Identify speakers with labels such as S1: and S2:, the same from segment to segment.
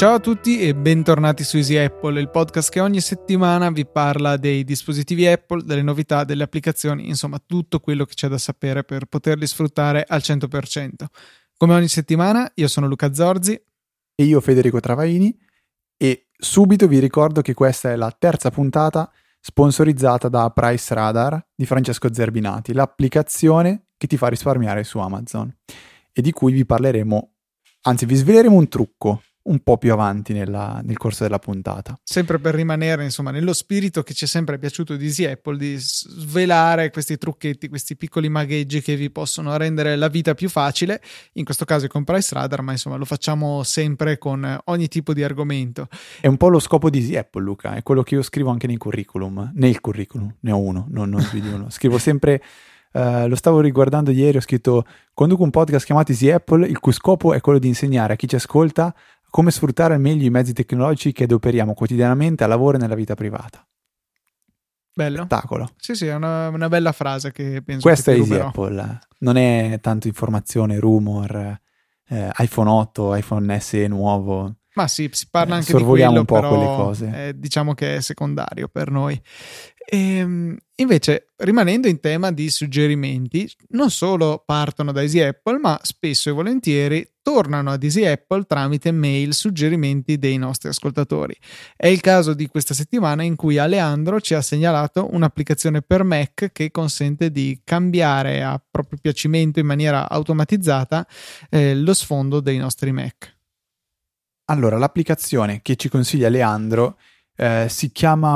S1: Ciao a tutti e bentornati su Easy Apple, il podcast che ogni settimana vi parla dei dispositivi Apple, delle novità, delle applicazioni, insomma tutto quello che c'è da sapere per poterli sfruttare al 100%. Come ogni settimana, io sono Luca Zorzi
S2: e io Federico Travaini, e subito vi ricordo che questa è la terza puntata sponsorizzata da Price Radar di Francesco Zerbinati, l'applicazione che ti fa risparmiare su Amazon e di cui vi parleremo, anzi vi sveleremo un trucco un po' più avanti nel corso della puntata.
S1: Sempre per rimanere insomma nello spirito che ci è sempre piaciuto di Easy Apple, di svelare questi trucchetti, questi piccoli magheggi che vi possono rendere la vita più facile, in questo caso con Price Radar, ma insomma lo facciamo sempre con ogni tipo di argomento.
S2: È un po' lo scopo di Easy Apple, Luca, è quello che io scrivo anche nel curriculum, ne ho uno, non più di uno, scrivo sempre. Lo stavo riguardando ieri, ho scritto: conduco un podcast chiamato Easy Apple, il cui scopo è quello di insegnare a chi ci ascolta come sfruttare al meglio i mezzi tecnologici che adoperiamo quotidianamente al lavoro e nella vita privata.
S1: Bello.
S2: Spettacolo.
S1: Sì, è una bella frase che penso
S2: Questo
S1: che
S2: è Easy Apple, non è tanto informazione, rumor, iPhone 8, iPhone SE nuovo.
S1: Ma sì, si parla anche di quello,
S2: un po'
S1: però
S2: quelle cose.
S1: Diciamo che è secondario per noi. Invece, rimanendo in tema di suggerimenti, non solo partono da Easy Apple, ma spesso e volentieri tornano ad Easy Apple tramite mail suggerimenti dei nostri ascoltatori. È il caso di questa settimana in cui Aleandro ci ha segnalato un'applicazione per Mac che consente di cambiare a proprio piacimento in maniera automatizzata lo sfondo dei nostri Mac.
S2: Allora, l'applicazione che ci consiglia Leandro si chiama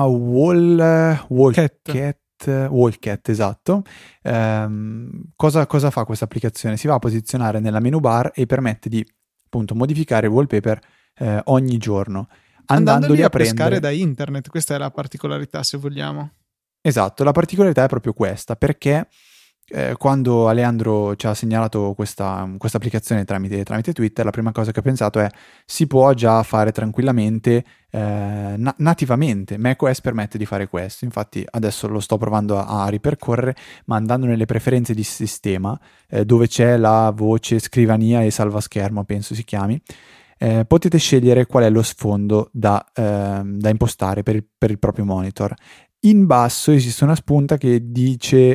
S2: Wallcat, esatto. Cosa fa questa applicazione? Si va a posizionare nella menu bar e permette di appunto modificare il wallpaper ogni giorno, andandoli a
S1: pescare da internet. Questa è la particolarità, se vogliamo.
S2: Esatto, la particolarità è proprio questa, perché quando Aleandro ci ha segnalato questa applicazione tramite Twitter, la prima cosa che ho pensato è: si può già fare tranquillamente nativamente. macOS permette di fare questo, infatti adesso lo sto provando a ripercorrere, ma andando nelle preferenze di sistema dove c'è la voce scrivania e salvaschermo, penso si chiami, potete scegliere qual è lo sfondo da impostare per il proprio monitor. In basso esiste una spunta che dice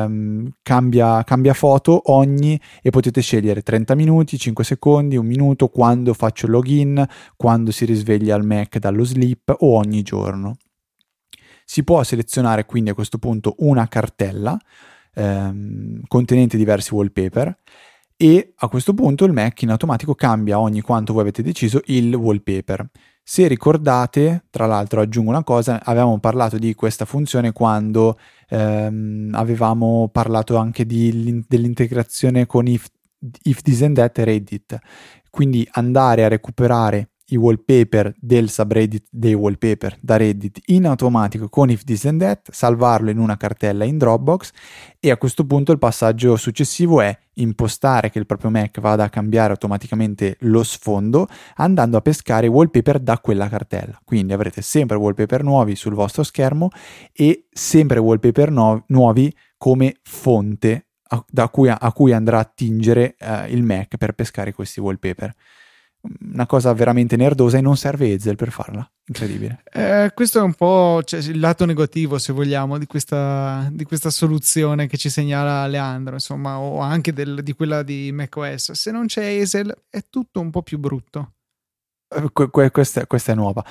S2: cambia foto ogni, e potete scegliere 30 minuti, 5 secondi, 1 minuto, quando faccio il login, quando si risveglia il Mac dallo sleep o ogni giorno. Si può selezionare quindi a questo punto una cartella contenente diversi wallpaper, e a questo punto il Mac in automatico cambia ogni quanto voi avete deciso il wallpaper. Se ricordate, tra l'altro aggiungo una cosa, avevamo parlato di questa funzione quando avevamo parlato anche dell'integrazione con If This and That e Reddit, quindi andare a recuperare i wallpaper del subreddit dei wallpaper da Reddit in automatico con If This and That, salvarlo in una cartella in Dropbox, e a questo punto il passaggio successivo è impostare che il proprio Mac vada a cambiare automaticamente lo sfondo andando a pescare i wallpaper da quella cartella. Quindi avrete sempre wallpaper nuovi sul vostro schermo e sempre wallpaper nuovi come fonte a cui andrà a attingere il Mac per pescare questi wallpaper. Una cosa veramente nerdosa, e non serve Ezel per farla, incredibile.
S1: Questo è un po' il lato negativo, se vogliamo, di questa soluzione che ci segnala Leandro, insomma, o anche di quella di macOS. Se non c'è Ezel è tutto un po' più brutto.
S2: Questa è nuova,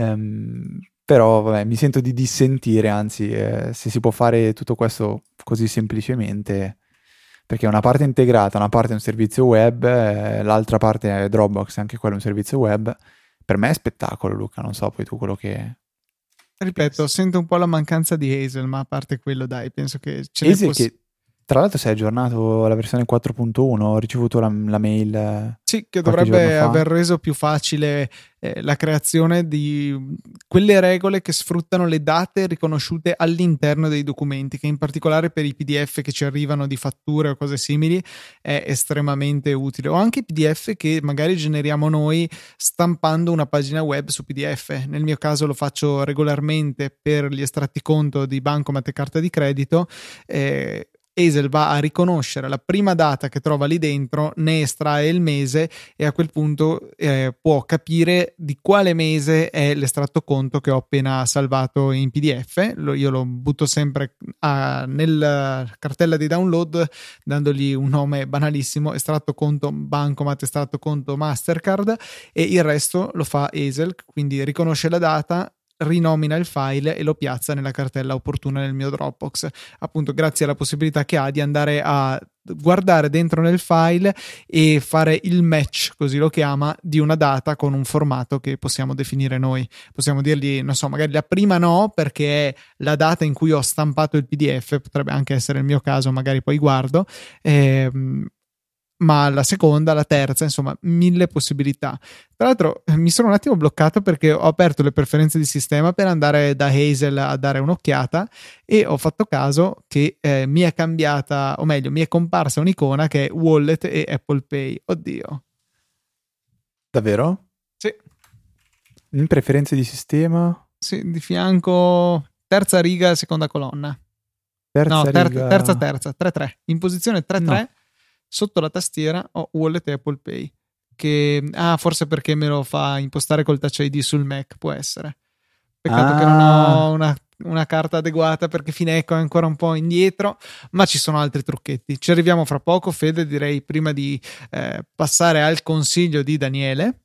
S2: però vabbè, mi sento di dissentire, anzi se si può fare tutto questo così semplicemente, perché una parte è integrata, una parte è un servizio web, l'altra parte è Dropbox, anche quello è un servizio web. Per me è spettacolo, Luca, non so poi tu quello che...
S1: Ripeto, sento un po' la mancanza di Hazel, ma a parte quello, dai, penso che ce
S2: ne che tra l'altro si è aggiornato alla versione 4.1, ho ricevuto la mail.
S1: Sì, che dovrebbe aver reso più facile la creazione di quelle regole che sfruttano le date riconosciute all'interno dei documenti, che in particolare per i PDF che ci arrivano di fatture o cose simili è estremamente utile, o anche i PDF che magari generiamo noi stampando una pagina web su PDF. Nel mio caso lo faccio regolarmente per gli estratti conto di bancomat e carta di credito, Hazel va a riconoscere la prima data che trova lì dentro, ne estrae il mese e a quel punto può capire di quale mese è l'estratto conto che ho appena salvato in PDF. Io lo butto sempre nella cartella di download dandogli un nome banalissimo: estratto conto Bancomat, estratto conto Mastercard, e il resto lo fa Hazel, quindi riconosce la data, rinomina il file e lo piazza nella cartella opportuna nel mio Dropbox, appunto grazie alla possibilità che ha di andare a guardare dentro nel file e fare il match, così lo chiama, di una data con un formato che possiamo definire noi. Possiamo dirgli, non so, magari la prima no, perché è la data in cui ho stampato il PDF, potrebbe anche essere il mio caso, magari poi guardo, ma la seconda, la terza, insomma, 1000 possibilità. Tra l'altro mi sono un attimo bloccato perché ho aperto le preferenze di sistema per andare da Hazel a dare un'occhiata e ho fatto caso che mi è cambiata, o meglio, mi è comparsa un'icona che è Wallet e Apple Pay. Oddio.
S2: Davvero?
S1: Sì.
S2: In preferenze di sistema?
S1: Sì, di fianco, terza riga, seconda colonna.
S2: Riga...
S1: terza, 3-3. In posizione 3-3.
S2: No.
S1: Sotto la tastiera ho Wallet e Apple Pay, che forse perché me lo fa impostare col Touch ID sul Mac, può essere. Peccato che non ho una carta adeguata, perché Fineco è ancora un po' indietro, ma ci sono altri trucchetti. Ci arriviamo fra poco, Fede, direi, prima di passare al consiglio di Daniele.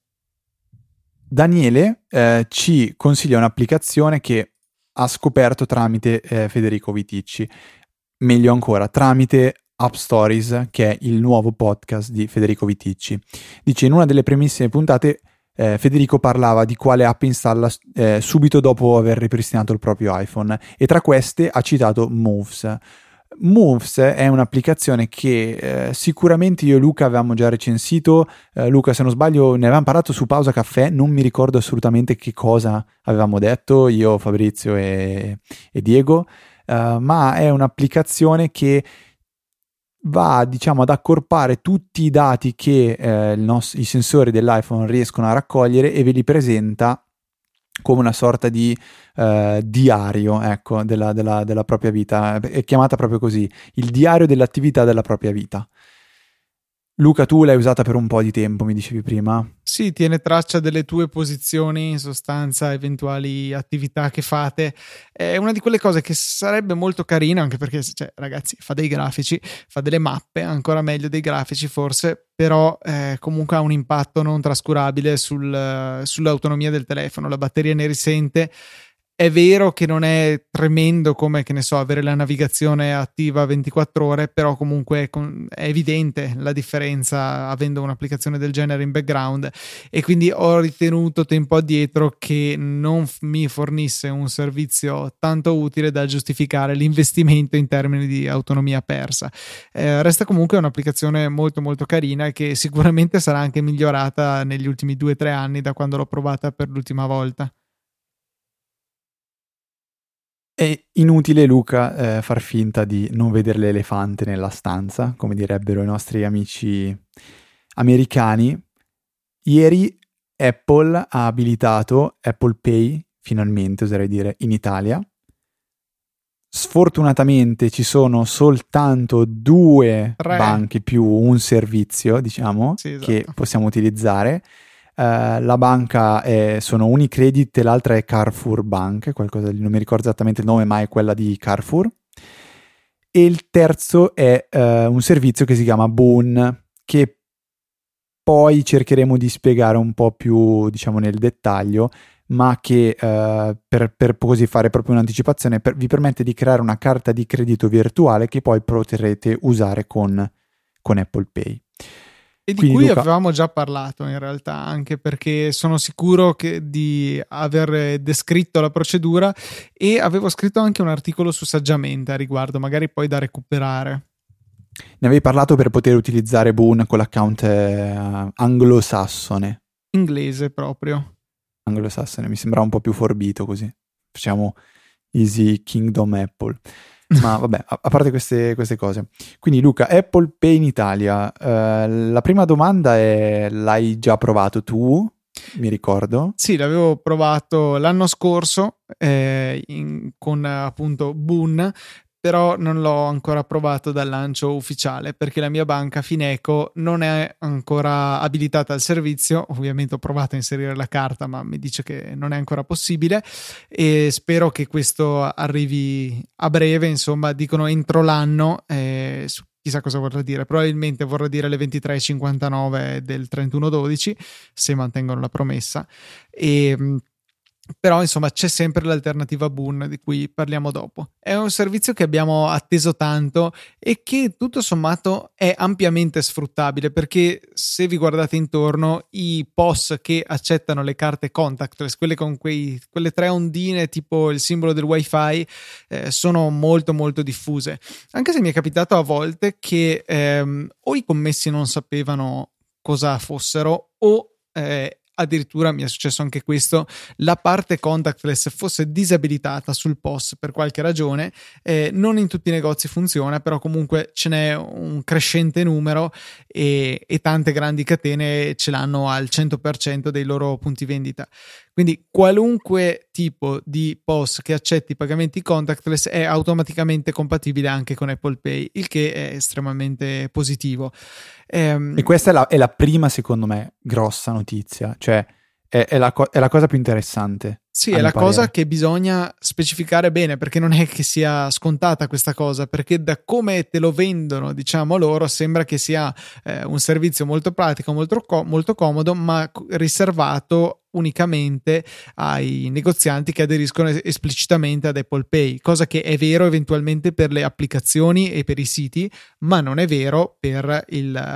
S2: Daniele ci consiglia un'applicazione che ha scoperto tramite Federico Viticci, meglio ancora tramite App Stories, che è il nuovo podcast di Federico Viticci. Dice: in una delle primissime puntate Federico parlava di quale app installa subito dopo aver ripristinato il proprio iPhone, e tra queste ha citato Moves. Moves è un'applicazione che sicuramente io e Luca avevamo già recensito. Luca, se non sbaglio, ne avevamo parlato su Pausa Caffè, non mi ricordo assolutamente che cosa avevamo detto io, Fabrizio e Diego, ma è un'applicazione che va, diciamo, ad accorpare tutti i dati che i sensori dell'iPhone riescono a raccogliere e ve li presenta come una sorta di diario, ecco, della propria vita. È chiamata proprio così, il diario dell'attività della propria vita. Luca, tu l'hai usata per un po' di tempo, mi dicevi prima.
S1: Sì, tiene traccia delle tue posizioni, in sostanza, eventuali attività che fate. È una di quelle cose che sarebbe molto carina, anche perché, cioè, ragazzi, fa dei grafici, fa delle mappe, ancora meglio dei grafici forse, però comunque ha un impatto non trascurabile sull'autonomia del telefono. La batteria ne risente. È vero che non è tremendo come, che ne so, avere la navigazione attiva 24 ore, però comunque è evidente la differenza avendo un'applicazione del genere in background, e quindi ho ritenuto tempo addietro che non mi fornisse un servizio tanto utile da giustificare l'investimento in termini di autonomia persa. Resta comunque un'applicazione molto molto carina, che sicuramente sarà anche migliorata negli ultimi 2-3 anni da quando l'ho provata per l'ultima volta.
S2: È inutile, Luca, far finta di non vedere l'elefante nella stanza, come direbbero i nostri amici americani. Ieri Apple ha abilitato Apple Pay, finalmente oserei dire, in Italia. Sfortunatamente ci sono soltanto 2 banche più un servizio, diciamo, sì, esatto, che possiamo utilizzare. La banca sono Unicredit e l'altra è Carrefour Bank, qualcosa non mi ricordo esattamente il nome, ma è quella di Carrefour. E il terzo è un servizio che si chiama Boon, che poi cercheremo di spiegare un po' più, diciamo, nel dettaglio, ma che per così fare proprio un'anticipazione, vi permette di creare una carta di credito virtuale che poi potrete usare con Apple Pay.
S1: E di quindi, cui Luca, avevamo già parlato in realtà, anche perché sono sicuro di aver descritto la procedura, e avevo scritto anche un articolo su Saggiamente a riguardo, magari poi da recuperare.
S2: Ne avevi parlato per poter utilizzare Boon con l'account anglosassone.
S1: Inglese proprio.
S2: Anglosassone, mi sembra un po' più forbito così. Facciamo Easy Kingdom Apple. Ma vabbè, a parte queste cose. Quindi Luca, Apple Pay in Italia, la prima domanda è: l'hai già provato tu? Mi ricordo.
S1: Sì, l'avevo provato l'anno scorso con appunto Boon, però non l'ho ancora provato dal lancio ufficiale perché la mia banca Fineco non è ancora abilitata al servizio. Ovviamente ho provato a inserire la carta, ma mi dice che non è ancora possibile e spero che questo arrivi a breve. Insomma, dicono entro l'anno, chissà cosa vorrà dire, probabilmente vorrà dire le 23:59 del 31/12 se mantengono la promessa. Però insomma c'è sempre l'alternativa Boon di cui parliamo dopo. È un servizio che abbiamo atteso tanto e che tutto sommato è ampiamente sfruttabile, perché se vi guardate intorno i POS che accettano le carte contactless, quelle con quelle 3 ondine tipo il simbolo del wifi, sono molto molto diffuse, anche se mi è capitato a volte che o i commessi non sapevano cosa fossero o addirittura mi è successo anche questo, la parte contactless fosse disabilitata sul POS per qualche ragione. Non in tutti i negozi funziona, però comunque ce n'è un crescente numero e tante grandi catene ce l'hanno al 100% dei loro punti vendita. Quindi qualunque tipo di POS che accetti i pagamenti contactless è automaticamente compatibile anche con Apple Pay, il che è estremamente positivo.
S2: E questa è la prima, secondo me, grossa notizia, cioè è la cosa più interessante.
S1: Sì, è la cosa che bisogna specificare bene, perché non è che sia scontata questa cosa, perché da come te lo vendono, diciamo loro, sembra che sia un servizio molto pratico, molto comodo, ma riservato unicamente ai negozianti che aderiscono esplicitamente ad Apple Pay, cosa che è vero eventualmente per le applicazioni e per i siti, ma non è vero per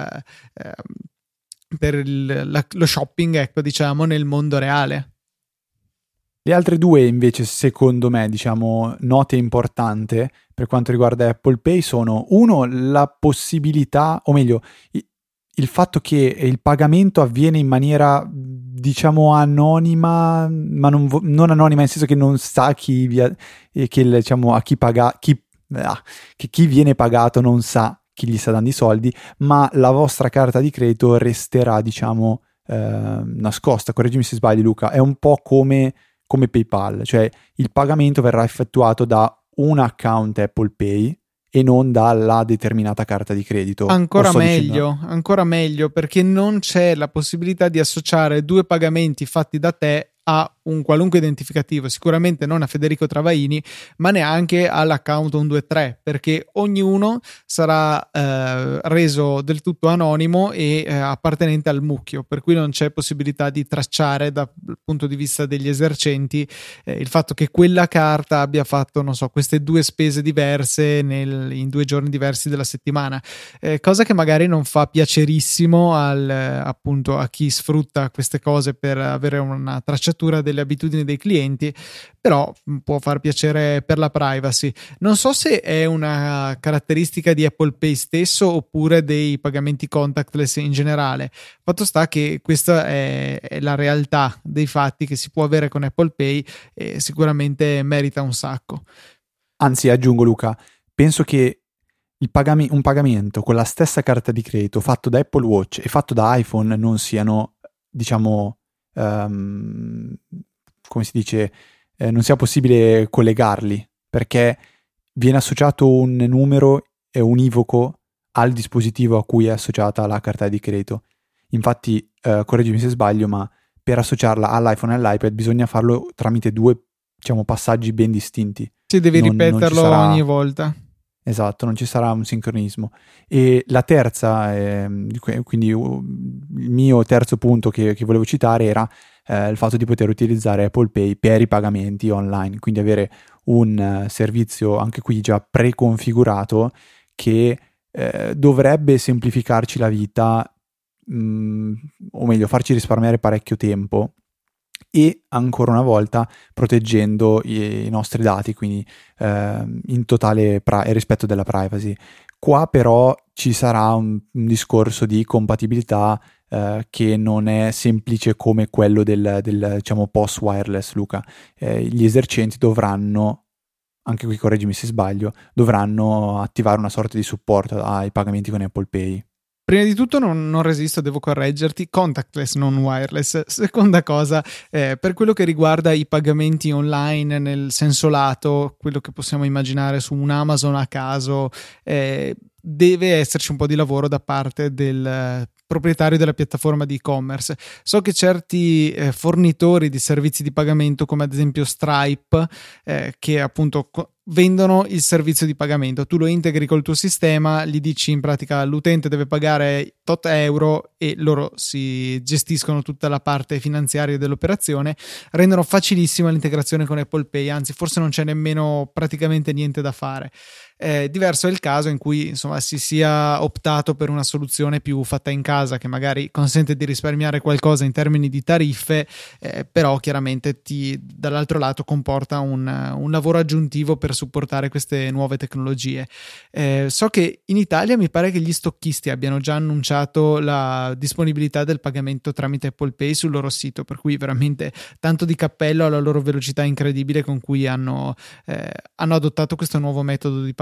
S1: lo shopping, ecco, diciamo, nel mondo reale.
S2: Le altre due invece, secondo me, diciamo, note importante per quanto riguarda Apple Pay sono: uno, la possibilità, o meglio, il fatto che il pagamento avviene in maniera, diciamo, anonima, ma non anonima nel senso che non sa diciamo, a chi paga, che chi viene pagato non sa chi gli sta dando i soldi, ma la vostra carta di credito resterà, diciamo, nascosta. Correggimi se sbaglio, Luca. È un po' come PayPal, cioè il pagamento verrà effettuato da un account Apple Pay e non dalla determinata carta di credito.
S1: Ancora meglio, perché non c'è la possibilità di associare due pagamenti fatti da te a un qualunque identificativo, sicuramente non a Federico Travaini, ma neanche all'account 123, perché ognuno sarà reso del tutto anonimo e appartenente al mucchio, per cui non c'è possibilità di tracciare dal punto di vista degli esercenti il fatto che quella carta abbia fatto, non so, queste due spese diverse in 2 giorni diversi della settimana, cosa che magari non fa piacerissimo appunto a chi sfrutta queste cose per avere una tracciatura delle abitudini dei clienti, però può far piacere per la privacy. Non so se è una caratteristica di Apple Pay stesso oppure dei pagamenti contactless in generale. Fatto sta che questa è la realtà dei fatti che si può avere con Apple Pay e sicuramente merita un sacco.
S2: Anzi, aggiungo, Luca, penso che un pagamento con la stessa carta di credito fatto da Apple Watch e fatto da iPhone non siano, diciamo, come si dice, non sia possibile collegarli, perché viene associato un numero univoco al dispositivo a cui è associata la carta di credito. Infatti, correggimi se sbaglio, ma per associarla all'iPhone e all'iPad bisogna farlo tramite 2, diciamo, passaggi ben distinti.
S1: Sì, devi ripeterlo ogni volta.
S2: Esatto, non ci sarà un sincronismo. E la terza, quindi il mio terzo punto che volevo citare era il fatto di poter utilizzare Apple Pay per i pagamenti online, quindi avere un servizio anche qui già preconfigurato che dovrebbe semplificarci la vita, o meglio farci risparmiare parecchio tempo, e ancora una volta proteggendo i nostri dati, quindi in totale rispetto della privacy. Qua però ci sarà un discorso di compatibilità che non è semplice come quello del diciamo POS wireless, Luca. Gli esercenti dovranno, anche qui correggimi se sbaglio, dovranno attivare una sorta di supporto ai pagamenti con Apple Pay.
S1: Prima di tutto non resisto, devo correggerti, contactless non wireless. Seconda cosa, per quello che riguarda i pagamenti online nel senso lato, quello che possiamo immaginare su un Amazon a caso, deve esserci un po' di lavoro da parte del proprietario della piattaforma di e-commerce. So che certi fornitori di servizi di pagamento, come ad esempio Stripe, che appunto vendono il servizio di pagamento, tu lo integri col tuo sistema, gli dici in pratica l'utente deve pagare tot euro e loro si gestiscono tutta la parte finanziaria dell'operazione, rendono facilissima l'integrazione con Apple Pay, anzi forse non c'è nemmeno praticamente niente da fare. Diverso è il caso in cui insomma si sia optato per una soluzione più fatta in casa, che magari consente di risparmiare qualcosa in termini di tariffe, però chiaramente dall'altro lato comporta un lavoro aggiuntivo per supportare queste nuove tecnologie. So che in Italia mi pare che gli stocchisti abbiano già annunciato la disponibilità del pagamento tramite Apple Pay sul loro sito, per cui veramente tanto di cappello alla loro velocità incredibile con cui hanno adottato questo nuovo metodo di pagamento.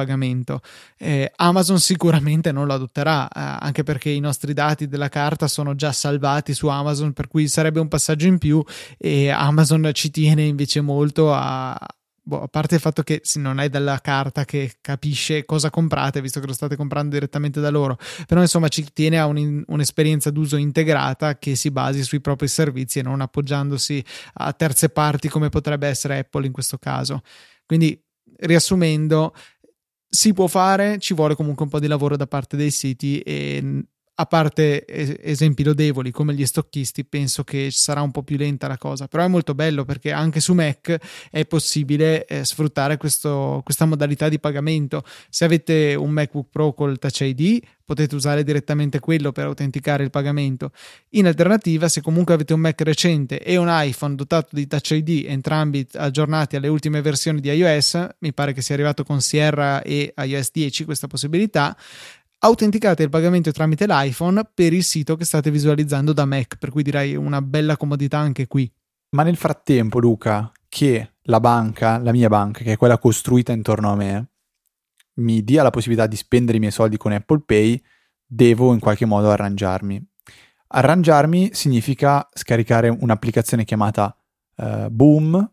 S1: Amazon sicuramente non lo adotterà, anche perché i nostri dati della carta sono già salvati su Amazon, per cui sarebbe un passaggio in più, e Amazon ci tiene invece molto a parte il fatto che non è dalla carta che capisce cosa comprate, visto che lo state comprando direttamente da loro, però insomma ci tiene a un'esperienza d'uso integrata che si basi sui propri servizi e non appoggiandosi a terze parti come potrebbe essere Apple in questo caso. Quindi, riassumendo, si può fare, ci vuole comunque un po' di lavoro da parte dei siti, e a parte esempi lodevoli come gli stocchisti, penso che sarà un po' più lenta la cosa, però è molto bello perché anche su Mac è possibile sfruttare questa modalità di pagamento. Se avete un MacBook Pro col Touch ID, potete usare direttamente quello per autenticare il pagamento. In alternativa, se comunque avete un Mac recente e un iPhone dotato di Touch ID, entrambi aggiornati alle ultime versioni di iOS, mi pare che sia arrivato con Sierra e iOS 10 questa possibilità, autenticate il pagamento tramite l'iPhone per il sito che state visualizzando da Mac, per cui direi una bella comodità anche qui.
S2: Ma nel frattempo, Luca, che la mia banca, che è quella costruita intorno a me, mi dia la possibilità di spendere i miei soldi con Apple Pay, devo in qualche modo arrangiarmi. Arrangiarmi significa scaricare un'applicazione chiamata Boon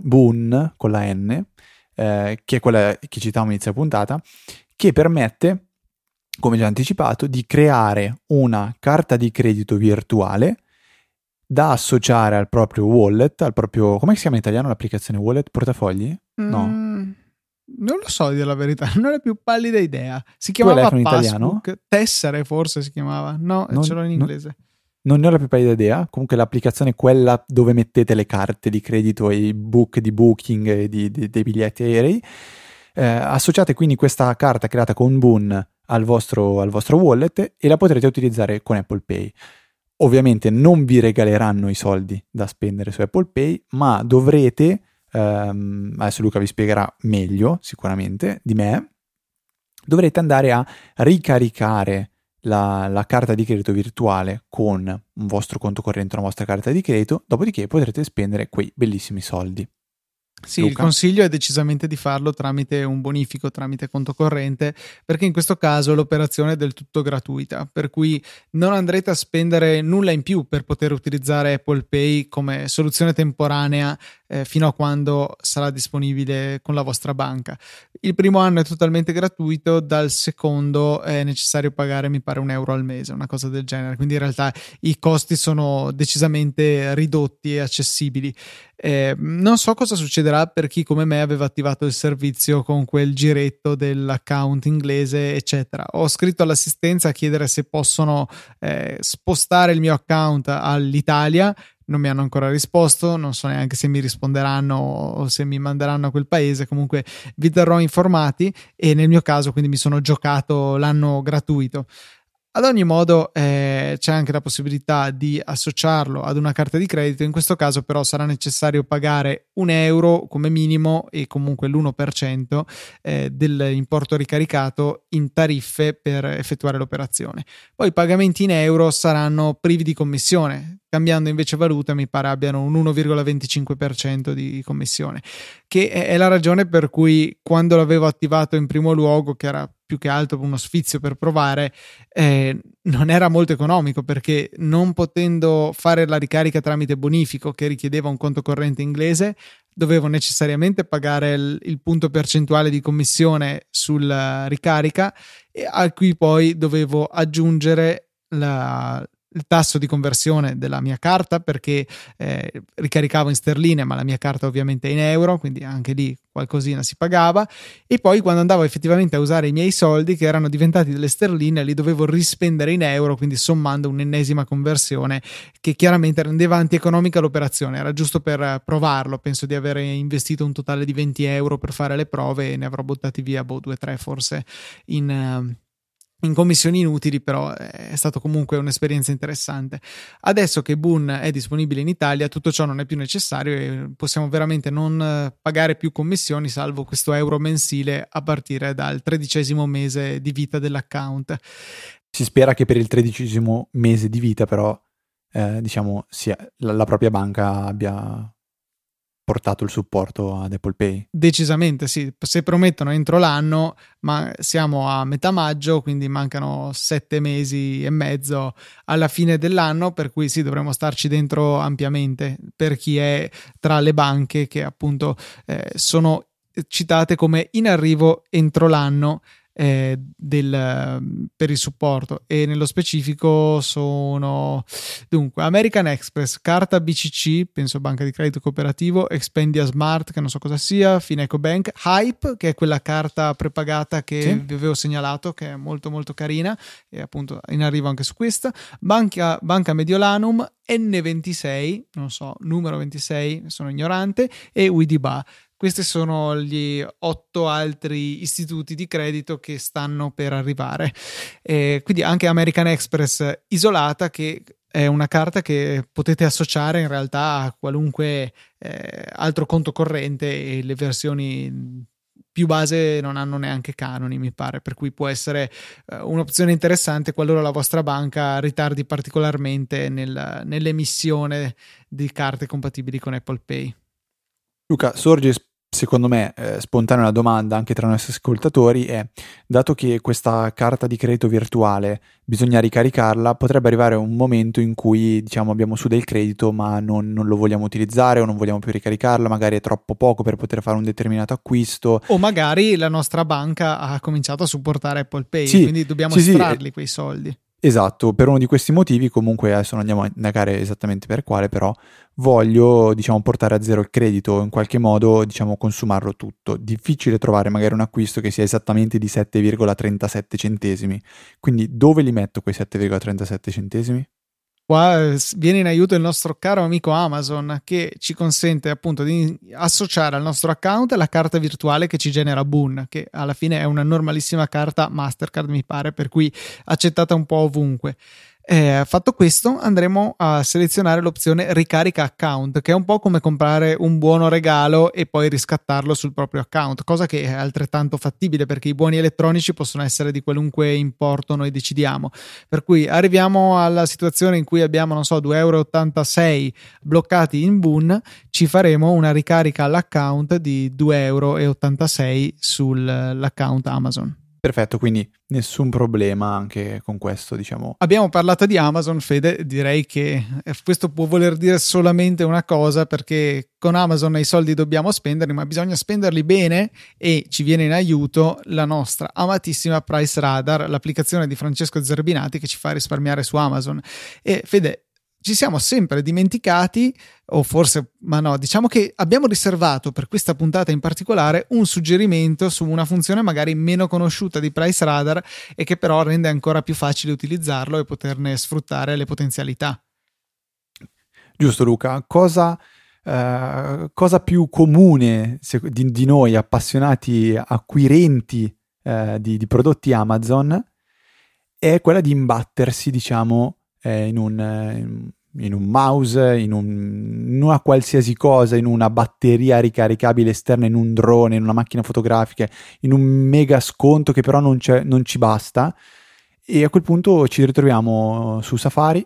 S2: con la N, che è quella che citavamo inizio puntata, che permette, come già anticipato, di creare una carta di credito virtuale da associare al proprio wallet, al proprio... come si chiama in italiano l'applicazione wallet? Portafogli? No.
S1: Non lo so, a dire la verità, non ho la più pallida idea. Si chiamava Passbook, Tessere forse si chiamava, no, ce l'ho in inglese.
S2: Non ne ho la più pallida idea, comunque l'applicazione è quella dove mettete le carte di credito e i book di booking e dei biglietti aerei. Associate quindi questa carta creata con Boon al vostro wallet e la potrete utilizzare con Apple Pay. Ovviamente non vi regaleranno i soldi da spendere su Apple Pay, ma dovrete, adesso Luca vi spiegherà meglio sicuramente di me, dovrete andare a ricaricare la carta di credito virtuale con un vostro conto corrente, una vostra carta di credito, dopodiché potrete spendere quei bellissimi soldi.
S1: Sì,
S2: Luca?
S1: Il consiglio è decisamente di farlo tramite un bonifico, tramite conto corrente, perché in questo caso l'operazione è del tutto gratuita, per cui non andrete a spendere nulla in più per poter utilizzare Apple Pay come soluzione temporanea fino a quando sarà disponibile con la vostra banca. Il primo anno è totalmente gratuito, dal secondo è necessario pagare, mi pare, €1 al mese, una cosa del genere, quindi in realtà i costi sono decisamente ridotti e accessibili. Non so cosa succederà per chi come me aveva attivato il servizio con quel giretto dell'account inglese eccetera. Ho scritto all'assistenza a chiedere se possono spostare il mio account all'Italia, non mi hanno ancora risposto, non so neanche se mi risponderanno o se mi manderanno a quel paese, comunque vi terrò informati, e nel mio caso quindi mi sono giocato l'anno gratuito. Ad ogni modo c'è anche la possibilità di associarlo ad una carta di credito, in questo caso però sarà necessario pagare €1 come minimo e comunque l'1% dell'importo ricaricato in tariffe per effettuare l'operazione. Poi i pagamenti in euro saranno privi di commissione, cambiando invece valuta mi pare abbiano un 1,25% di commissione, che è la ragione per cui quando l'avevo attivato in primo luogo, che era più che altro uno sfizio per provare, non era molto economico, perché non potendo fare la ricarica tramite bonifico che richiedeva un conto corrente inglese, dovevo necessariamente pagare il punto percentuale di commissione sulla ricarica, a cui poi dovevo aggiungere il tasso di conversione della mia carta, perché ricaricavo in sterline, ma la mia carta ovviamente è in euro, quindi anche lì qualcosina si pagava. E poi quando andavo effettivamente a usare i miei soldi, che erano diventati delle sterline, li dovevo rispendere in euro, quindi sommando un'ennesima conversione che chiaramente rendeva antieconomica l'operazione. Era giusto per provarlo, penso di aver investito un totale di 20 euro per fare le prove e ne avrò buttati via 2-3 forse in commissioni inutili, però è stato comunque un'esperienza interessante. Adesso che Boon è disponibile in Italia, tutto ciò non è più necessario e possiamo veramente non pagare più commissioni, salvo questo euro mensile a partire dal 13° mese di vita dell'account.
S2: Si spera che per il 13° mese di vita però diciamo sia la propria banca abbia portato il supporto ad Apple Pay.
S1: Decisamente sì, se promettono entro l'anno, ma siamo a metà maggio, quindi mancano 7 mesi e mezzo alla fine dell'anno, per cui sì, dovremo starci dentro ampiamente per chi è tra le banche che appunto sono citate come in arrivo entro l'anno per il supporto, e nello specifico sono dunque American Express, carta BCC, penso banca di credito cooperativo, Expedia Smart, che non so cosa sia, Fineco Bank, Hype, che è quella carta prepagata che vi avevo segnalato, che è molto molto carina, e appunto in arrivo anche su questa, Banca Mediolanum, N26, non so, numero 26, sono ignorante, e Widiba. Questi sono gli 8 altri istituti di credito che stanno per arrivare. Quindi anche American Express isolata, che è una carta che potete associare in realtà a qualunque altro conto corrente, e le versioni più base non hanno neanche canoni, mi pare, per cui può essere un'opzione interessante qualora la vostra banca ritardi particolarmente nell'emissione di carte compatibili con Apple Pay.
S2: Luca, sorge secondo me spontanea una domanda anche tra i nostri ascoltatori, è: dato che questa carta di credito virtuale bisogna ricaricarla, potrebbe arrivare un momento in cui diciamo abbiamo su del credito ma non lo vogliamo utilizzare o non vogliamo più ricaricarla, magari è troppo poco per poter fare un determinato acquisto,
S1: o magari la nostra banca ha cominciato a supportare Apple Pay, quindi dobbiamo estrarli quei soldi.
S2: Esatto, per uno di questi motivi, comunque adesso non andiamo a indagare esattamente per quale, però voglio, diciamo, portare a zero il credito, in qualche modo, diciamo, consumarlo tutto. Difficile trovare magari un acquisto che sia esattamente di 7,37 centesimi. Quindi dove li metto quei 7,37 centesimi?
S1: Qua viene in aiuto il nostro caro amico Amazon, che ci consente appunto di associare al nostro account la carta virtuale che ci genera Boon, che alla fine è una normalissima carta Mastercard, mi pare, per cui accettata un po' ovunque. Fatto questo, andremo a selezionare l'opzione ricarica account, che è un po' come comprare un buono regalo e poi riscattarlo sul proprio account, cosa che è altrettanto fattibile perché i buoni elettronici possono essere di qualunque importo noi decidiamo. Per cui arriviamo alla situazione in cui abbiamo, non so, 2,86 euro bloccati in Boon, ci faremo una ricarica all'account di 2,86 euro sull'account Amazon.
S2: Perfetto, quindi nessun problema anche con questo, diciamo.
S1: Abbiamo parlato di Amazon, Fede, direi che questo può voler dire solamente una cosa, perché con Amazon i soldi dobbiamo spenderli, ma bisogna spenderli bene, e ci viene in aiuto la nostra amatissima Price Radar, l'applicazione di Francesco Zerbinati che ci fa risparmiare su Amazon. E Fede, ci siamo sempre dimenticati, o forse, ma no, diciamo che abbiamo riservato per questa puntata in particolare un suggerimento su una funzione magari meno conosciuta di Price Radar e che però rende ancora più facile utilizzarlo e poterne sfruttare le potenzialità.
S2: Giusto, Luca, cosa più comune di noi appassionati acquirenti di prodotti Amazon è quella di imbattersi, diciamo, in un mouse, in una qualsiasi cosa, in una batteria ricaricabile esterna, in un drone, in una macchina fotografica, in un mega sconto che però non ci basta, e a quel punto ci ritroviamo su Safari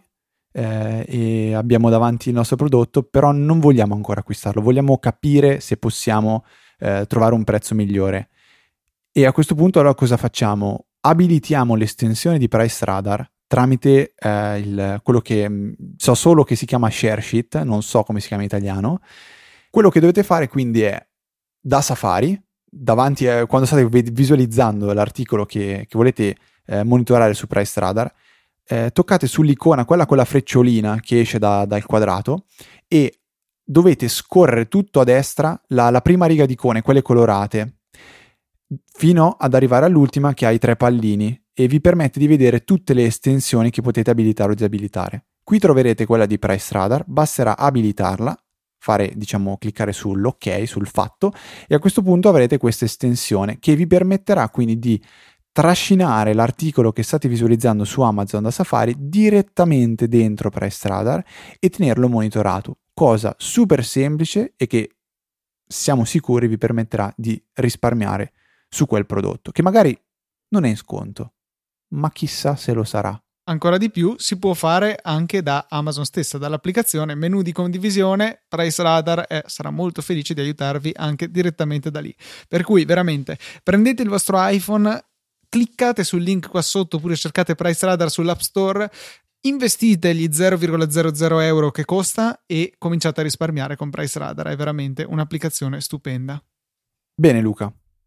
S2: e abbiamo davanti il nostro prodotto, però non vogliamo ancora acquistarlo, vogliamo capire se possiamo trovare un prezzo migliore. E a questo punto allora cosa facciamo? Abilitiamo l'estensione di Price Radar tramite quello che so solo che si chiama Share Sheet, non so come si chiama in italiano. Quello che dovete fare quindi è da Safari, davanti quando state visualizzando l'articolo che volete monitorare su Price Radar, toccate sull'icona, quella con la frecciolina che esce dal quadrato, e dovete scorrere tutto a destra la prima riga di icone, quelle colorate, fino ad arrivare all'ultima che ha i 3 pallini e vi permette di vedere tutte le estensioni che potete abilitare o disabilitare. Qui troverete quella di Price Radar, basterà abilitarla, cliccare sull'ok, sul fatto, e a questo punto avrete questa estensione che vi permetterà quindi di trascinare l'articolo che state visualizzando su Amazon da Safari direttamente dentro Price Radar e tenerlo monitorato, cosa super semplice e che siamo sicuri vi permetterà di risparmiare su quel prodotto, che magari non è in sconto, ma chissà se lo sarà.
S1: Ancora di più si può fare anche da Amazon stessa, dall'applicazione, menu di condivisione, Price Radar sarà molto felice di aiutarvi anche direttamente da lì. Per cui veramente prendete il vostro iPhone, cliccate sul link qua sotto oppure cercate Price Radar sull'App Store, investite gli 0,00 euro che costa e cominciate a risparmiare con Price Radar. È veramente un'applicazione stupenda.
S2: Bene Luca,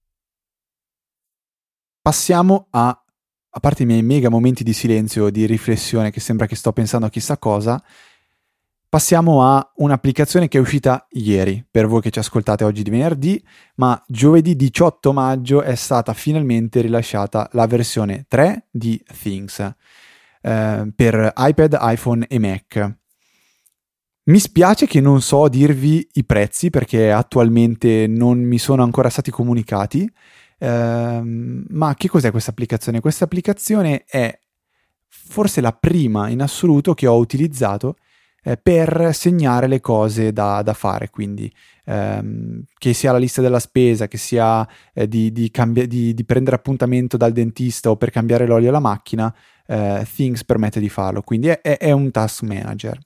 S2: passiamo a parte i miei mega momenti di silenzio, di riflessione, che sembra che sto pensando a chissà cosa, passiamo a un'applicazione che è uscita ieri, per voi che ci ascoltate oggi di venerdì, ma giovedì 18 maggio è stata finalmente rilasciata la versione 3 di Things per iPad, iPhone e Mac. Mi spiace che non so dirvi i prezzi perché attualmente non mi sono ancora stati comunicati. Ma che cos'è questa applicazione? Questa applicazione è forse la prima in assoluto che ho utilizzato per segnare le cose da fare, quindi che sia la lista della spesa, che sia di prendere appuntamento dal dentista o per cambiare l'olio alla macchina, Things permette di farlo, quindi è un task manager.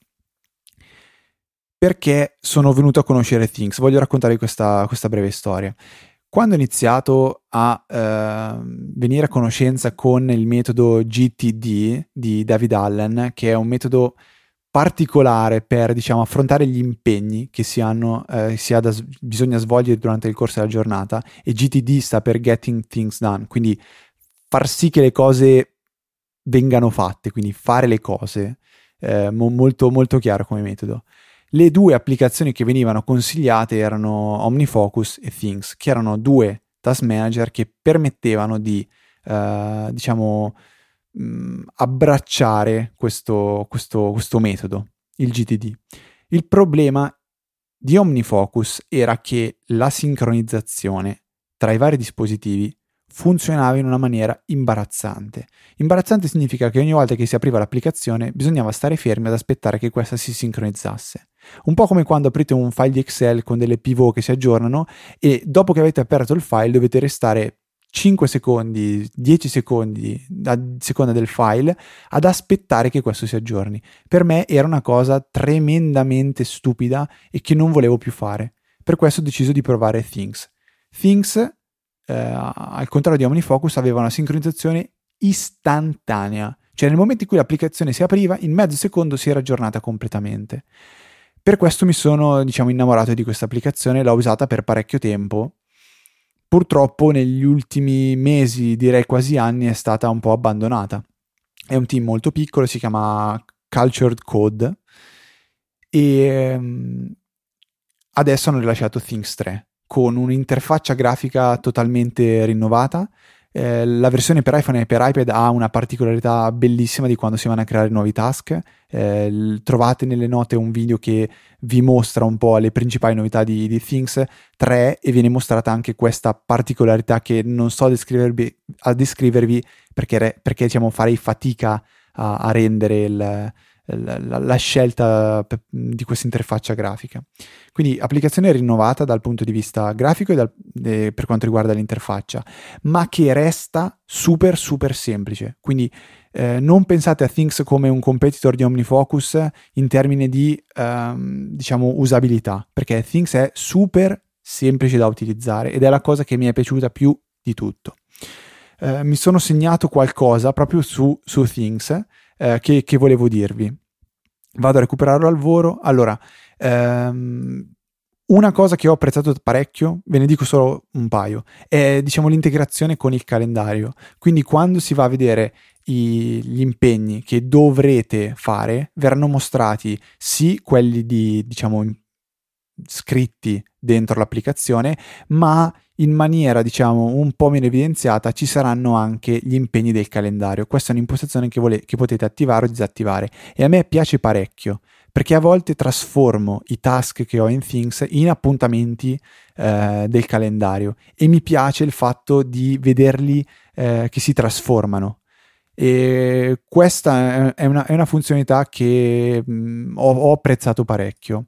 S2: Perché sono venuto a conoscere Things? Voglio raccontarvi questa breve storia. Quando ho iniziato a venire a conoscenza con il metodo GTD di David Allen, che è un metodo particolare per, affrontare gli impegni che bisogna svolgere durante il corso della giornata, e GTD sta per Getting Things Done, quindi far sì che le cose vengano fatte, quindi fare le cose, molto, molto chiaro come metodo. Le due applicazioni che venivano consigliate erano OmniFocus e Things, che erano due task manager che permettevano di, abbracciare questo metodo, il GTD. Il problema di OmniFocus era che la sincronizzazione tra i vari dispositivi funzionava in una maniera imbarazzante. Imbarazzante significa che ogni volta che si apriva l'applicazione bisognava stare fermi ad aspettare che questa si sincronizzasse. Un po' come quando aprite un file di Excel con delle pivot che si aggiornano e dopo che avete aperto il file dovete restare 5 secondi, 10 secondi a seconda del file ad aspettare che questo si aggiorni. Per me era una cosa tremendamente stupida e che non volevo più fare. Per questo ho deciso di provare Things. Things, al contrario di OmniFocus, aveva una sincronizzazione istantanea, cioè nel momento in cui l'applicazione si apriva in mezzo secondo si era aggiornata completamente. Per questo mi sono innamorato di questa applicazione, l'ho usata per parecchio tempo. Purtroppo negli ultimi mesi, direi quasi anni, è stata un po' abbandonata. È un team molto piccolo, si chiama Cultured Code e adesso hanno rilasciato Things 3 con un'interfaccia grafica totalmente rinnovata. La versione per iPhone e per iPad ha una particolarità bellissima di quando si vanno a creare nuovi task. Trovate nelle note un video che vi mostra un po' le principali novità di Things 3 e viene mostrata anche questa particolarità che non sto a descrivervi perché farei fatica a rendere la scelta di questa interfaccia grafica. Quindi applicazione rinnovata dal punto di vista grafico e per quanto riguarda l'interfaccia, ma che resta super super semplice. Quindi non pensate a Things come un competitor di OmniFocus in termini di usabilità, perché Things è super semplice da utilizzare ed è la cosa che mi è piaciuta più di tutto. Mi sono segnato qualcosa proprio su Things che volevo dirvi. Vado a recuperarlo al volo. Allora, una cosa che ho apprezzato parecchio, ve ne dico solo un paio, è diciamo l'integrazione con il calendario. Quindi quando si va a vedere gli impegni che dovrete fare, verranno mostrati sì quelli diciamo scritti dentro l'applicazione, ma in maniera diciamo un po' meno evidenziata ci saranno anche gli impegni del calendario. Questa è un'impostazione che potete attivare o disattivare, e a me piace parecchio perché a volte trasformo i task che ho in Things in appuntamenti del calendario, e mi piace il fatto di vederli che si trasformano. E questa è una funzionalità che ho apprezzato parecchio.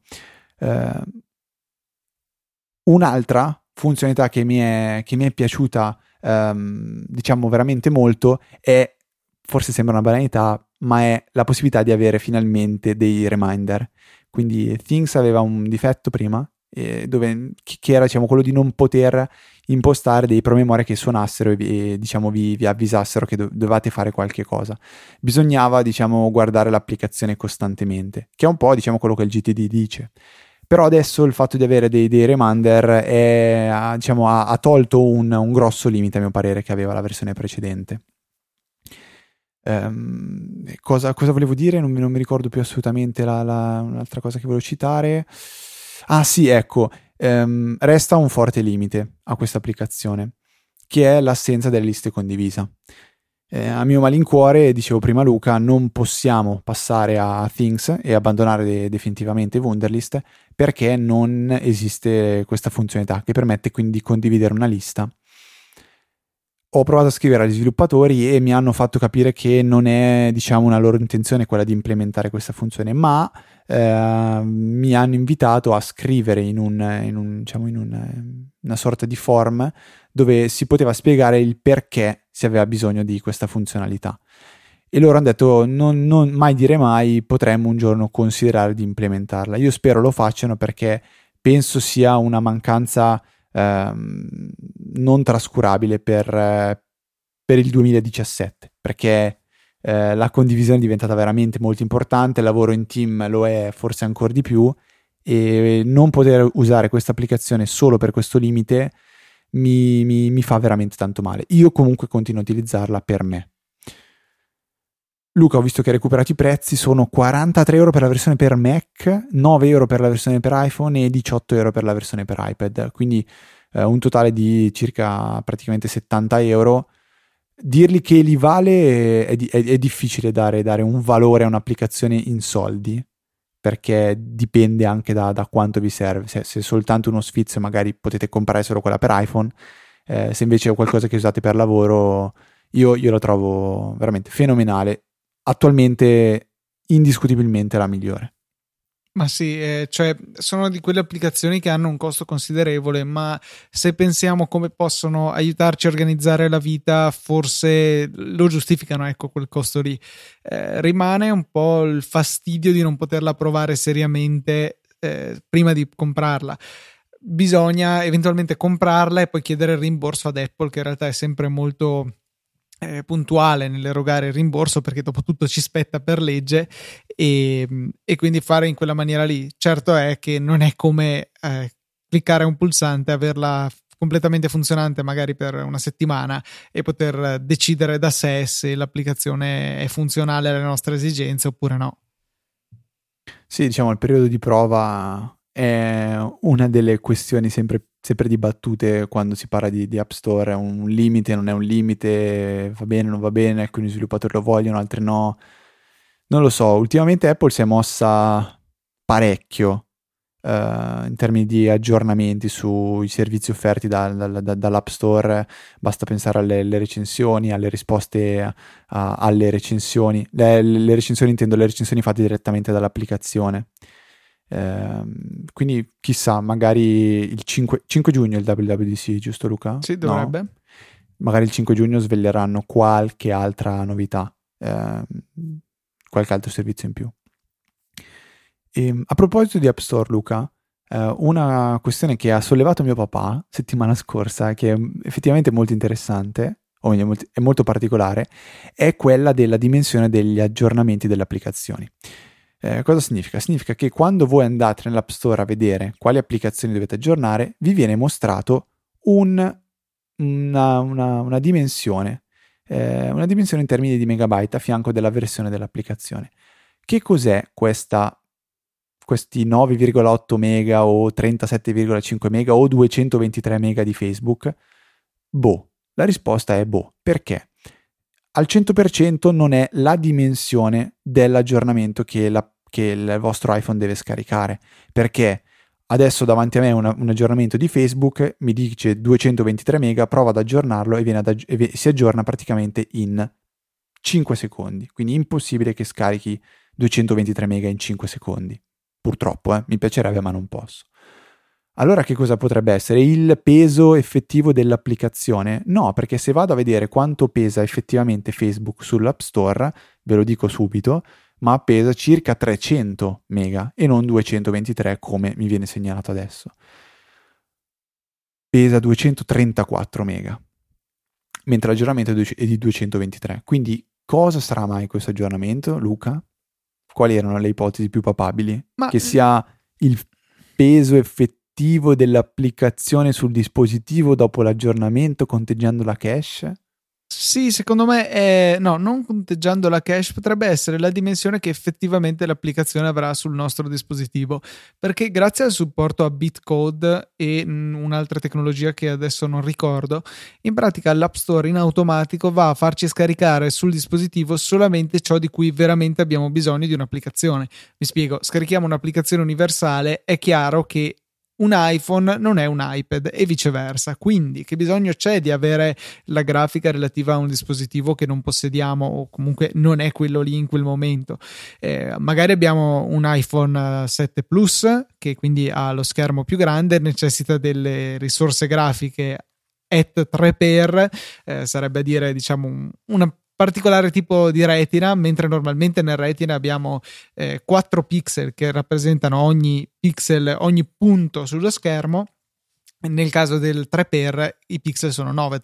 S2: Un'altra funzionalità che mi è piaciuta diciamo veramente molto è, forse sembra una banalità, ma è la possibilità di avere finalmente dei reminder. Quindi Things aveva un difetto prima, che era diciamo quello di non poter impostare dei promemoria che suonassero e diciamo vi avvisassero che dovevate fare qualche cosa. Bisognava diciamo guardare l'applicazione costantemente, che è un po' diciamo quello che il GTD dice. Però adesso il fatto di avere dei reminder ha tolto un grosso limite, a mio parere, che aveva la versione precedente. Cosa volevo dire? Non mi ricordo più assolutamente un'altra cosa che volevo citare. Ah sì, ecco, resta un forte limite a questa applicazione, che è l'assenza delle liste condivisa. A mio malincuore, dicevo prima Luca, non possiamo passare a Things e abbandonare definitivamente Wunderlist perché non esiste questa funzionalità che permette quindi di condividere una lista. Ho provato a scrivere agli sviluppatori e mi hanno fatto capire che non è diciamo una loro intenzione quella di implementare questa funzione, ma mi hanno invitato a scrivere in una sorta di form dove si poteva spiegare il perché si aveva bisogno di questa funzionalità, e loro hanno detto non mai dire mai, potremmo un giorno considerare di implementarla. Io spero lo facciano perché penso sia una mancanza non trascurabile per il 2017, perché la condivisione è diventata veramente molto importante, il lavoro in team lo è forse ancora di più, e non poter usare questa applicazione solo per questo limite mi fa veramente tanto male. Io comunque continuo a utilizzarla per me. Luca, ho visto che hai recuperato i prezzi, sono 43 euro per la versione per Mac, 9 euro per la versione per iPhone e 18 euro per la versione per iPad, quindi un totale di circa praticamente 70 euro. Dirli che li vale è difficile dare un valore a un'applicazione in soldi, perché dipende anche da quanto vi serve. Se soltanto uno sfizio magari potete comprare solo quella per iPhone, se invece è qualcosa che usate per lavoro io la trovo veramente fenomenale. Attualmente indiscutibilmente la migliore.
S1: Ma sì, cioè sono di quelle applicazioni che hanno un costo considerevole, ma se pensiamo come possono aiutarci a organizzare la vita, forse lo giustificano, ecco, quel costo lì. Rimane un po' il fastidio di non poterla provare seriamente prima di comprarla. Bisogna eventualmente comprarla e poi chiedere il rimborso ad Apple, che in realtà è sempre molto puntuale nell'erogare il rimborso, perché dopo tutto ci spetta per legge, e quindi fare in quella maniera lì. Certo è che non è come cliccare un pulsante, averla completamente funzionante magari per una settimana e poter decidere da sé se l'applicazione è funzionale alle nostre esigenze oppure no.
S2: Sì, diciamo il periodo di prova è una delle questioni sempre dibattute quando si parla di App Store. È un limite, non è un limite, va bene, non va bene, alcuni sviluppatori lo vogliono, altri no. Non lo so, ultimamente Apple si è mossa parecchio in termini di aggiornamenti sui servizi offerti dall'App Store. Basta pensare alle recensioni, alle risposte alle recensioni. Le recensioni intendo le recensioni fatte direttamente dall'applicazione. Quindi chissà, magari il 5 giugno è il WWDC, giusto Luca?
S1: Sì, dovrebbe.
S2: No? Magari il 5 giugno sveglieranno qualche altra novità, qualche altro servizio in più. A proposito di App Store, Luca, una questione che ha sollevato mio papà settimana scorsa, che è effettivamente molto interessante, o meglio, è molto particolare, è quella della dimensione degli aggiornamenti delle applicazioni. Cosa significa? Significa che quando voi andate nell'App Store a vedere quali applicazioni dovete aggiornare, vi viene mostrato una dimensione, una dimensione in termini di megabyte a fianco della versione dell'applicazione. Che cos'è questi 9,8 mega o 37,5 mega o 223 mega di Facebook? La risposta è perché? Al 100% non è la dimensione dell'aggiornamento che il vostro iPhone deve scaricare, perché adesso davanti a me un aggiornamento di Facebook mi dice 223 mega, provo ad aggiornarlo e si aggiorna praticamente in 5 secondi, quindi impossibile che scarichi 223 mega in 5 secondi, purtroppo, mi piacerebbe ma non posso. Allora che cosa potrebbe essere? Il peso effettivo dell'applicazione? No, perché se vado a vedere quanto pesa effettivamente Facebook sull'App Store, ve lo dico subito, ma pesa circa 300 mega e non 223 come mi viene segnalato adesso. Pesa 234 mega, mentre l'aggiornamento è di 223. Quindi cosa sarà mai questo aggiornamento, Luca? Quali erano le ipotesi più papabili? Che sia il peso effettivo dell'applicazione sul dispositivo dopo l'aggiornamento conteggiando la cache?
S1: Sì, secondo me non conteggiando la cache, potrebbe essere la dimensione che effettivamente l'applicazione avrà sul nostro dispositivo, perché grazie al supporto a Bitcode e un'altra tecnologia che adesso non ricordo, in pratica l'App Store in automatico va a farci scaricare sul dispositivo solamente ciò di cui veramente abbiamo bisogno di un'applicazione. Mi spiego, scarichiamo un'applicazione universale, è chiaro che un iPhone non è un iPad e viceversa, quindi che bisogno c'è di avere la grafica relativa a un dispositivo che non possediamo o comunque non è quello lì in quel momento? Magari abbiamo un iPhone 7 Plus che quindi ha lo schermo più grande, necessita delle risorse grafiche at 3x, sarebbe a dire diciamo una particolare tipo di retina, mentre normalmente nel retina abbiamo 4 pixel che rappresentano ogni pixel, ogni punto sullo schermo. Nel caso del 3x i pixel sono 9,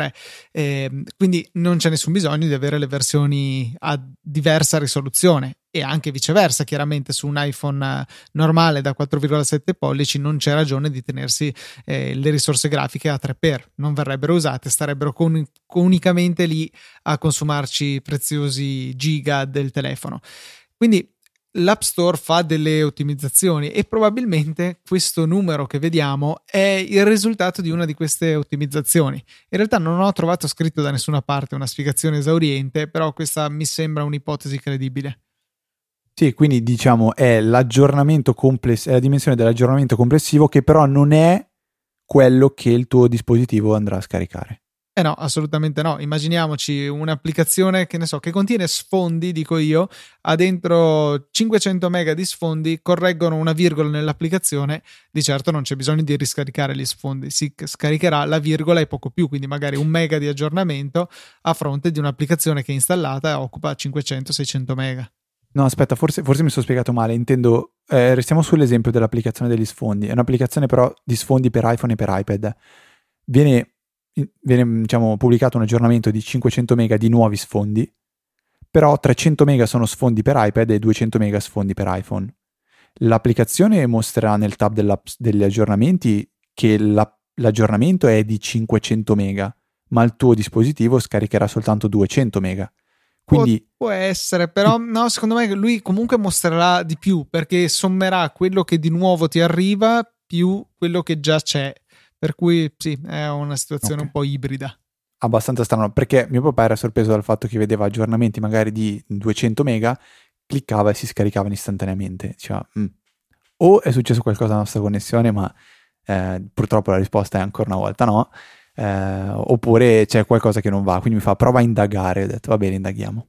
S1: 3x3, quindi non c'è nessun bisogno di avere le versioni a diversa risoluzione, e anche viceversa, chiaramente su un iPhone normale da 4,7 pollici non c'è ragione di tenersi le risorse grafiche a 3x, non verrebbero usate, starebbero unicamente lì a consumarci preziosi giga del telefono. Quindi l'App Store fa delle ottimizzazioni e probabilmente questo numero che vediamo è il risultato di una di queste ottimizzazioni. In realtà non ho trovato scritto da nessuna parte una spiegazione esauriente, però questa mi sembra un'ipotesi credibile.
S2: Sì, quindi diciamo è l'aggiornamento è la dimensione dell'aggiornamento complessivo, che però non è quello che il tuo dispositivo andrà a scaricare.
S1: No, assolutamente no. Immaginiamoci un'applicazione che ne so, che contiene sfondi, dico io, ha dentro 500 mega di sfondi, correggono una virgola nell'applicazione, di certo non c'è bisogno di riscaricare gli sfondi, si scaricherà la virgola e poco più, quindi magari 1 mega di aggiornamento a fronte di un'applicazione che è installata e occupa 500-600 mega.
S2: No, aspetta, forse mi sono spiegato male, intendo, restiamo sull'esempio dell'applicazione degli sfondi, è un'applicazione però di sfondi per iPhone e per iPad, viene diciamo pubblicato un aggiornamento di 500 mega di nuovi sfondi, però 300 mega sono sfondi per iPad e 200 mega sfondi per iPhone. L'applicazione mostrerà nel tab degli aggiornamenti che l'aggiornamento è di 500 mega, ma il tuo dispositivo scaricherà soltanto 200 mega. Quindi
S1: può essere, però no, secondo me lui comunque mostrerà di più, perché sommerà quello che di nuovo ti arriva più quello che già c'è, per cui sì, è una situazione un po' ibrida.
S2: Abbastanza strano, perché mio papà era sorpreso dal fatto che vedeva aggiornamenti magari di 200 mega, cliccava e si scaricavano istantaneamente. Diceva, o è successo qualcosa alla nostra connessione, ma purtroppo la risposta è ancora una volta no, oppure c'è qualcosa che non va, quindi mi fa prova a indagare. Ho detto va bene, indaghiamo.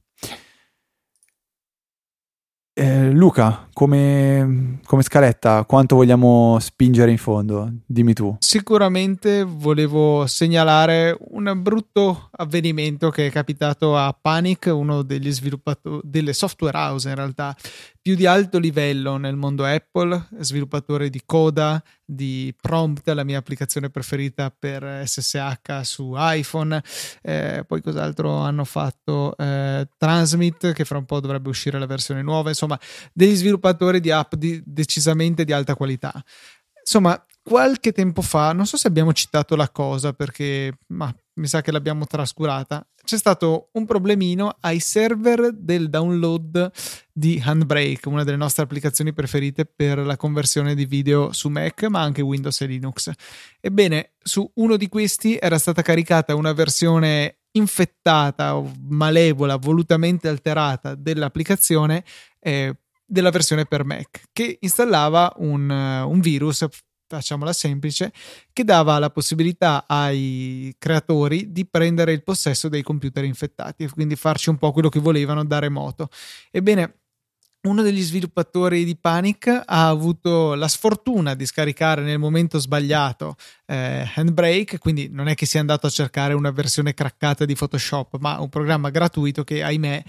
S2: Luca, come scaletta, quanto vogliamo spingere in fondo? Dimmi tu.
S1: Sicuramente volevo segnalare un brutto avvenimento che è capitato a Panic, uno degli sviluppatori, delle software house in realtà, più di alto livello nel mondo Apple, sviluppatore di Coda, di Prompt, la mia applicazione preferita per SSH su iPhone, poi cos'altro hanno fatto? Transmit, che fra un po' dovrebbe uscire la versione nuova, insomma degli sviluppatori di app decisamente di alta qualità. Insomma, qualche tempo fa, non so se abbiamo citato la cosa perché mi sa che l'abbiamo trascurata, c'è stato un problemino ai server del download di Handbrake, una delle nostre applicazioni preferite per la conversione di video su Mac, ma anche Windows e Linux. Ebbene, su uno di questi era stata caricata una versione infettata o malevola, volutamente alterata dell'applicazione, della versione per Mac, che installava un virus, facciamola semplice, che dava la possibilità ai creatori di prendere il possesso dei computer infettati e quindi farci un po' quello che volevano da remoto. Ebbene, uno degli sviluppatori di Panic ha avuto la sfortuna di scaricare nel momento sbagliato Handbrake, quindi non è che sia andato a cercare una versione craccata di Photoshop, ma un programma gratuito che, ahimè,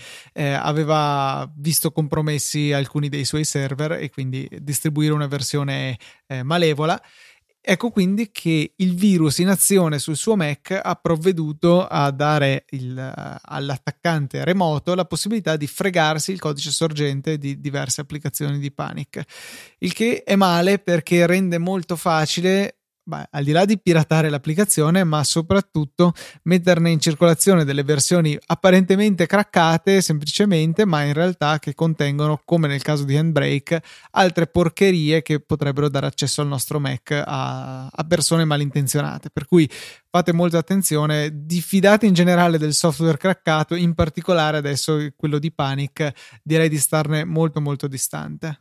S1: aveva visto compromessi alcuni dei suoi server e quindi distribuire una versione malevola. Ecco quindi che il virus in azione sul suo Mac ha provveduto a dare all'attaccante remoto la possibilità di fregarsi il codice sorgente di diverse applicazioni di Panic, il che è male perché rende molto facile, al di là di piratare l'applicazione, ma soprattutto metterne in circolazione delle versioni apparentemente craccate semplicemente, ma in realtà che contengono, come nel caso di Handbrake, altre porcherie che potrebbero dare accesso al nostro Mac a persone malintenzionate. Per cui fate molta attenzione, diffidate in generale del software craccato, in particolare adesso quello di Panic, direi di starne molto molto distante.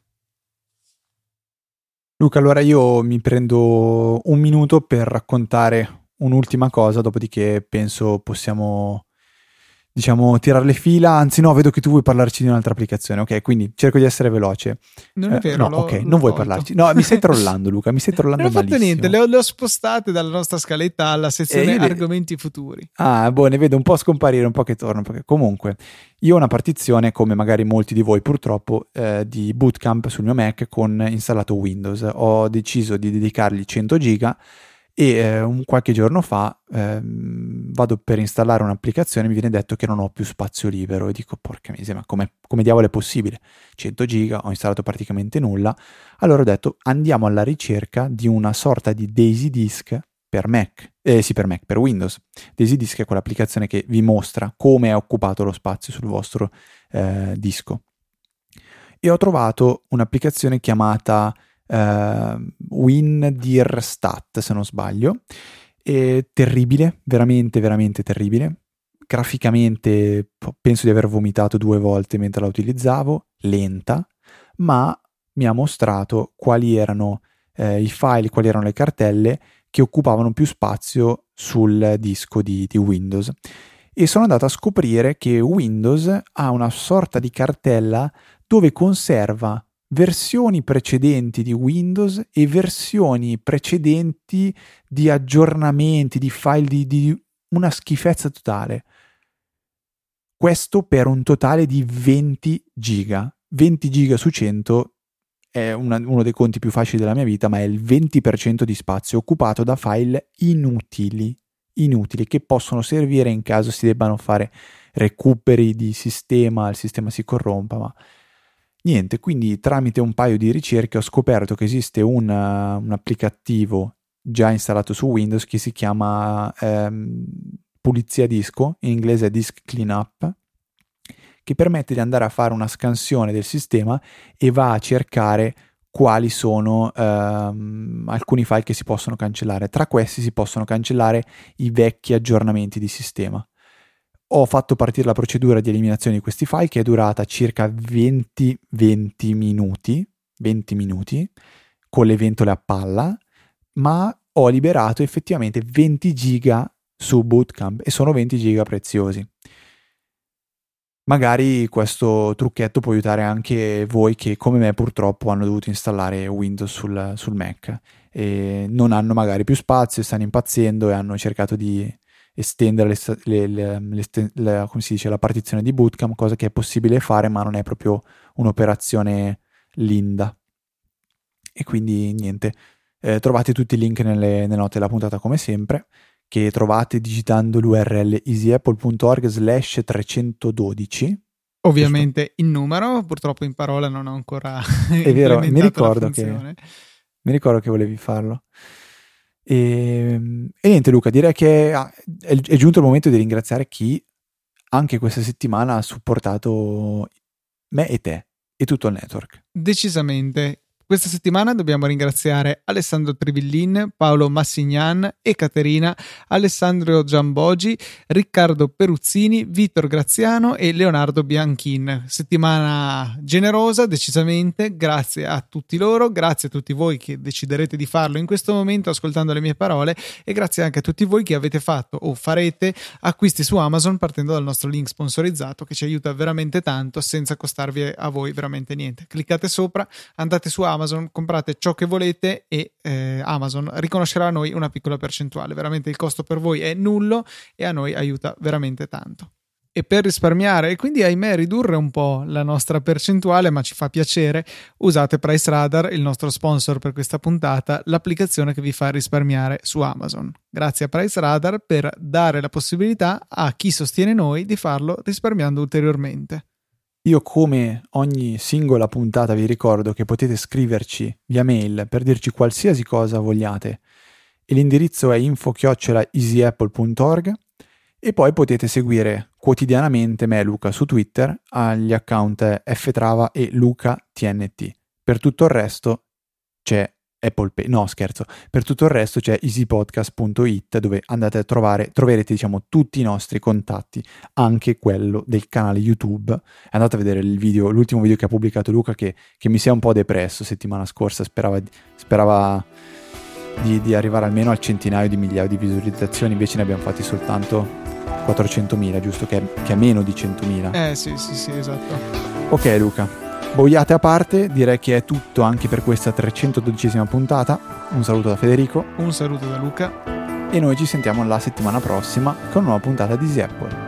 S2: Luca, allora io mi prendo un minuto per raccontare un'ultima cosa, dopodiché penso possiamo, tirare le fila. Anzi no, vedo che tu vuoi parlarci di un'altra applicazione, ok? Quindi cerco di essere veloce.
S1: Non è vero,
S2: no, ok, non vuoi parlarci. No, mi stai trollando, Luca, mi stai trollando
S1: malissimo. Non ho fatto
S2: malissimo.
S1: niente, le ho spostate dalla nostra scaletta alla sezione argomenti futuri.
S2: Ne vedo un po' scomparire, un po' che torno. Perché comunque, io ho una partizione, come magari molti di voi purtroppo, di Bootcamp sul mio Mac con installato Windows. Ho deciso di dedicargli 100 giga e qualche giorno fa vado per installare un'applicazione, mi viene detto che non ho più spazio libero e dico porca miseria, ma come diavolo è possibile? 100 giga, ho installato praticamente nulla. Allora ho detto andiamo alla ricerca di una sorta di Daisy Disk per Mac, per Windows. Daisy Disk è quell'applicazione che vi mostra come è occupato lo spazio sul vostro disco, e ho trovato un'applicazione chiamata WinDirStat, se non sbaglio. È terribile, veramente veramente terribile. Graficamente penso di aver vomitato 2 volte mentre la utilizzavo, lenta, ma mi ha mostrato quali erano i file, quali erano le cartelle che occupavano più spazio sul disco di Windows, e sono andato a scoprire che Windows ha una sorta di cartella dove conserva versioni precedenti di Windows e versioni precedenti di aggiornamenti, di file, di una schifezza totale. Questo per un totale di 20 giga. 20 giga su 100 è uno dei conti più facili della mia vita, ma è il 20% di spazio occupato da file inutili che possono servire in caso si debbano fare recuperi di sistema, il sistema si corrompa, ma niente. Quindi tramite un paio di ricerche ho scoperto che esiste un applicativo già installato su Windows che si chiama pulizia disco, in inglese è Disk Cleanup, che permette di andare a fare una scansione del sistema e va a cercare quali sono alcuni file che si possono cancellare. Tra questi si possono cancellare i vecchi aggiornamenti di sistema. Ho fatto partire la procedura di eliminazione di questi file, che è durata circa 20 minuti, con le ventole a palla, ma ho liberato effettivamente 20 giga su Bootcamp, e sono 20 giga preziosi. Magari questo trucchetto può aiutare anche voi che, come me, purtroppo hanno dovuto installare Windows sul Mac e non hanno magari più spazio, stanno impazzendo e hanno cercato di estendere come si dice, la partizione di Bootcamp, cosa che è possibile fare ma non è proprio un'operazione linda. E quindi niente, trovate tutti i link nelle note della puntata come sempre, che trovate digitando l'URL easyapple.org/312.
S1: Ovviamente in numero, purtroppo in parola non ho ancora
S2: è vero, mi ricordo
S1: che
S2: volevi farlo. E niente Luca, direi che è giunto il momento di ringraziare chi anche questa settimana ha supportato me e te e tutto il network.
S1: Decisamente. Questa settimana dobbiamo ringraziare Alessandro Trivillin, Paolo Massignan, Ekaterina, Alessandro Giambogi, Riccardo Peruzzini, Vittor Graziano e Leonardo Bianchin. Settimana generosa, decisamente. Grazie a tutti loro, grazie a tutti voi che deciderete di farlo in questo momento ascoltando le mie parole, e grazie anche a tutti voi che avete fatto o farete acquisti su Amazon partendo dal nostro link sponsorizzato, che ci aiuta veramente tanto senza costarvi a voi veramente niente. Cliccate sopra, andate su Amazon, comprate ciò che volete e Amazon riconoscerà a noi una piccola percentuale. Veramente il costo per voi è nullo e a noi aiuta veramente tanto. E per risparmiare e quindi ahimè ridurre un po' la nostra percentuale, ma ci fa piacere, usate Price Radar, il nostro sponsor per questa puntata, l'applicazione che vi fa risparmiare su Amazon. Grazie a Price Radar per dare la possibilità a chi sostiene noi di farlo risparmiando ulteriormente.
S2: Io, come ogni singola puntata, vi ricordo che potete scriverci via mail per dirci qualsiasi cosa vogliate, e l'indirizzo è info@easyapple.org, e poi potete seguire quotidianamente me e Luca su Twitter agli account ftrava e lucatnt. Per tutto il resto c'è Apple Pay, no scherzo, per tutto il resto c'è easypodcast.it, dove andate a troverete diciamo tutti i nostri contatti, anche quello del canale YouTube. Andate a vedere l'ultimo video che ha pubblicato Luca, che mi si è un po' depresso settimana scorsa, sperava di arrivare almeno al centinaio di migliaia di visualizzazioni, invece ne abbiamo fatti soltanto 400.000, giusto, che è meno di 100.000.
S1: Sì, esatto.
S2: Ok Luca, boiate a parte, direi che è tutto anche per questa 312esima puntata. Un saluto da Federico.
S1: Un saluto da Luca.
S2: E noi ci sentiamo la settimana prossima con una nuova puntata di Easy Apple.